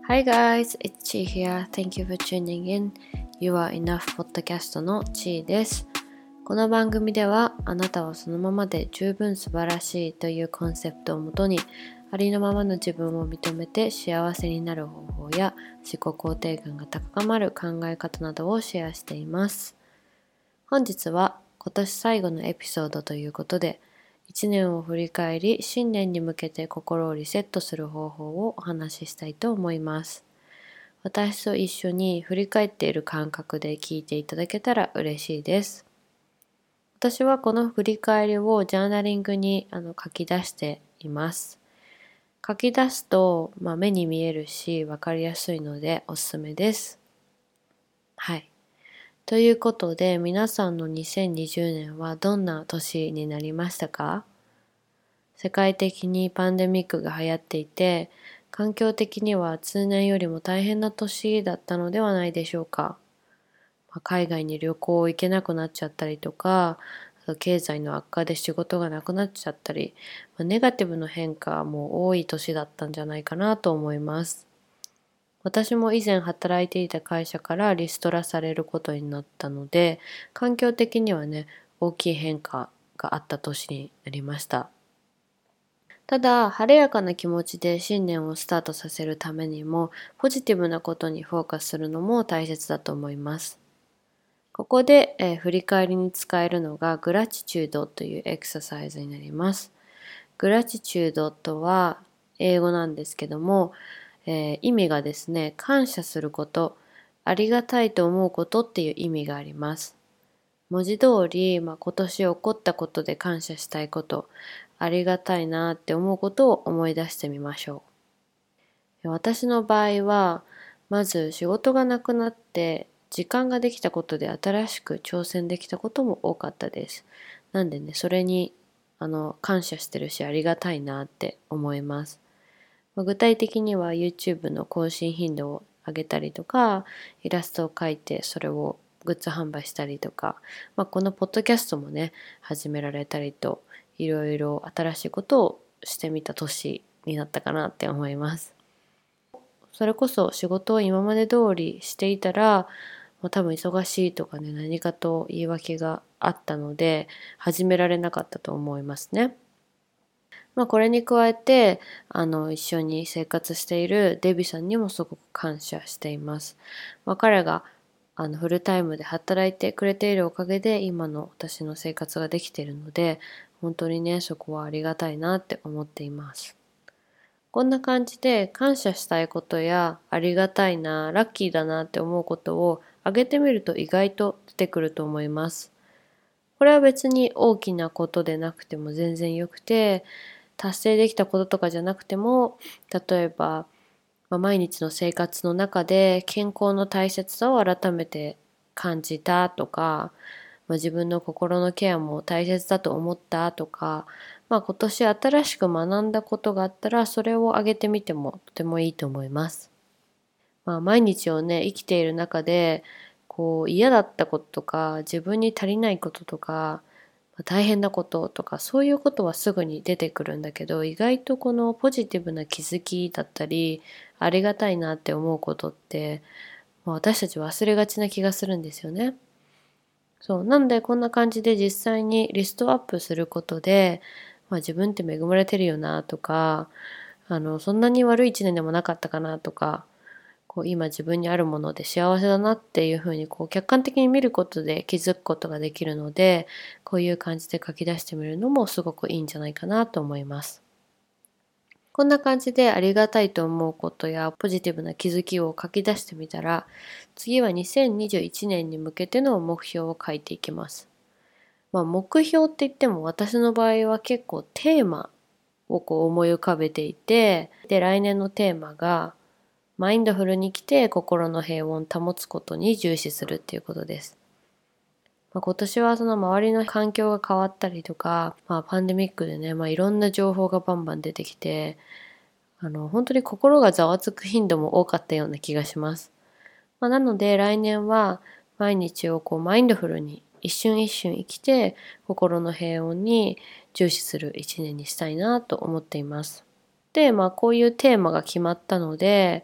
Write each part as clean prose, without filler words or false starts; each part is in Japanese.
Hi guys, it's Chi here. Thank you for tuning in. You are enough podcast の Chi です。この番組ではあなたはそのままで十分素晴らしいというコンセプトをもとにありのままの自分を認めて幸せになる方法や自己肯定感が高まる考え方などをシェアしています。本日は今年最後のエピソードということで1年を振り返り新年に向けて心をリセットする方法をお話ししたいと思います。私と一緒に振り返っている感覚で聞いていただけたら嬉しいです。私はこの振り返りをジャーナリングに書き出しています。書き出すと、目に見えるし分かりやすいのでおすすめです。はい。ということで皆さんの2020年はどんな年になりましたか？世界的にパンデミックが流行っていて、環境的には通年よりも大変な年だったのではないでしょうか。海外に旅行行けなくなっちゃったりとか、あと経済の悪化で仕事がなくなっちゃったり、ネガティブの変化も多い年だったんじゃないかなと思います。私も以前働いていた会社からリストラされることになったので、環境的にはね、大きい変化があった年になりました。ただ、晴れやかな気持ちで新年をスタートさせるためにも、ポジティブなことにフォーカスするのも大切だと思います。ここで、振り返りに使えるのがグラチチュードというエクササイズになります。グラチチュードとは英語なんですけども、意味がですね、感謝すること、ありがたいと思うことっていう意味があります。文字通り、今年起こったことで感謝したいこと、ありがたいなって思うことを思い出してみましょう。私の場合は、まず仕事がなくなって時間ができたことで新しく挑戦できたことも多かったです。なんでね、それに感謝してるしありがたいなって思います。具体的には YouTube の更新頻度を上げたりとか、イラストを描いてそれをグッズ販売したりとか、このポッドキャストもね、始められたりと、いろいろ新しいことをしてみた年になったかなって思います。それこそ仕事を今まで通りしていたら、多分忙しいとかね、何かと言い訳があったので、始められなかったと思いますね。これに加えて、一緒に生活しているデビさんにもすごく感謝しています。彼がフルタイムで働いてくれているおかげで今の私の生活ができているので、本当にね、そこはありがたいなって思っています。こんな感じで感謝したいことやありがたいな、ラッキーだなって思うことを挙げてみると意外と出てくると思います。これは別に大きなことでなくても全然よくて、達成できたこととかじゃなくても、例えば、毎日の生活の中で健康の大切さを改めて感じたとか、自分の心のケアも大切だと思ったとか、今年新しく学んだことがあったらそれを挙げてみてもとてもいいと思います。毎日をね、生きている中で嫌だったこととか自分に足りないこととか大変なこととかそういうことはすぐに出てくるんだけど、意外とこのポジティブな気づきだったりありがたいなって思うことって私たち忘れがちな気がするんですよね。そうなんでこんな感じで実際にリストアップすることで、自分って恵まれてるよなとか、そんなに悪い一年でもなかったかなとか、今自分にあるもので幸せだなっていうふうに客観的に見ることで気づくことができるので、こういう感じで書き出してみるのもすごくいいんじゃないかなと思います。こんな感じでありがたいと思うことやポジティブな気づきを書き出してみたら、次は2021年に向けての目標を書いていきます。目標って言っても私の場合は結構テーマを思い浮かべていて、で来年のテーマがマインドフルに来て心の平穏を保つことに重視するっていうことです。今年はその周りの環境が変わったりとか、パンデミックでね、いろんな情報がバンバン出てきて、本当に心がざわつく頻度も多かったような気がします。なので来年は毎日をマインドフルに一瞬一瞬生きて心の平穏に重視する一年にしたいなと思っています。で、こういうテーマが決まったので、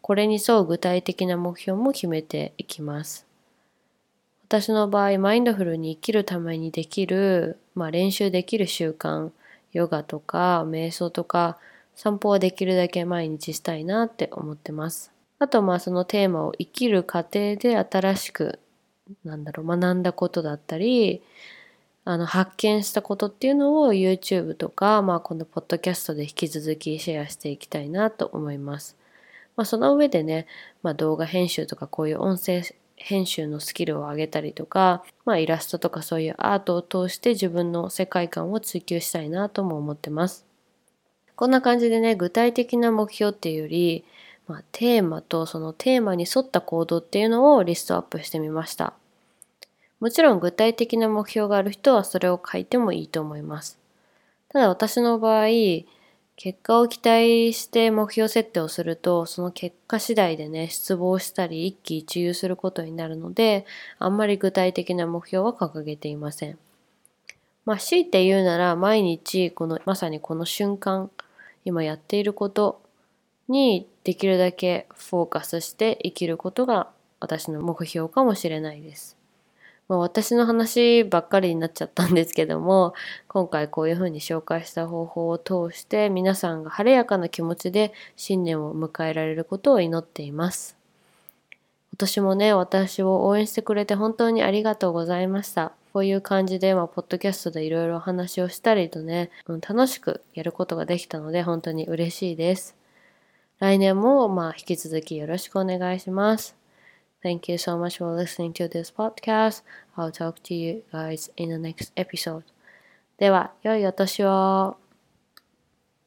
これに沿う具体的な目標も決めていきます。私の場合、マインドフルに生きるためにできる、練習できる習慣、ヨガとか瞑想とか散歩はできるだけ毎日したいなって思ってます。あとそのテーマを生きる過程で新しく学んだことだったり、発見したことっていうのを YouTube とか、このポッドキャストで引き続きシェアしていきたいなと思います。その上でね、動画編集とかこういう音声編集のスキルを上げたりとか、イラストとかそういうアートを通して自分の世界観を追求したいなとも思ってます。こんな感じでね、具体的な目標っていうより、テーマとそのテーマに沿った行動っていうのをリストアップしてみました。もちろん具体的な目標がある人はそれを書いてもいいと思います。ただ私の場合、結果を期待して目標設定をすると、その結果次第でね、失望したり一喜一憂することになるので、あんまり具体的な目標は掲げていません。強いて言うなら、毎日まさにこの瞬間、今やっていることにできるだけフォーカスして生きることが私の目標かもしれないです。私の話ばっかりになっちゃったんですけども、今回こういうふうに紹介した方法を通して皆さんが晴れやかな気持ちで新年を迎えられることを祈っています。今年もね、私を応援してくれて本当にありがとうございました。こういう感じで、ポッドキャストでいろいろお話をしたりとね、楽しくやることができたので本当に嬉しいです。来年も引き続きよろしくお願いします。Thank you so much for listening to this podcast. I'll talk to you guys in the next episode. では、良いお年を。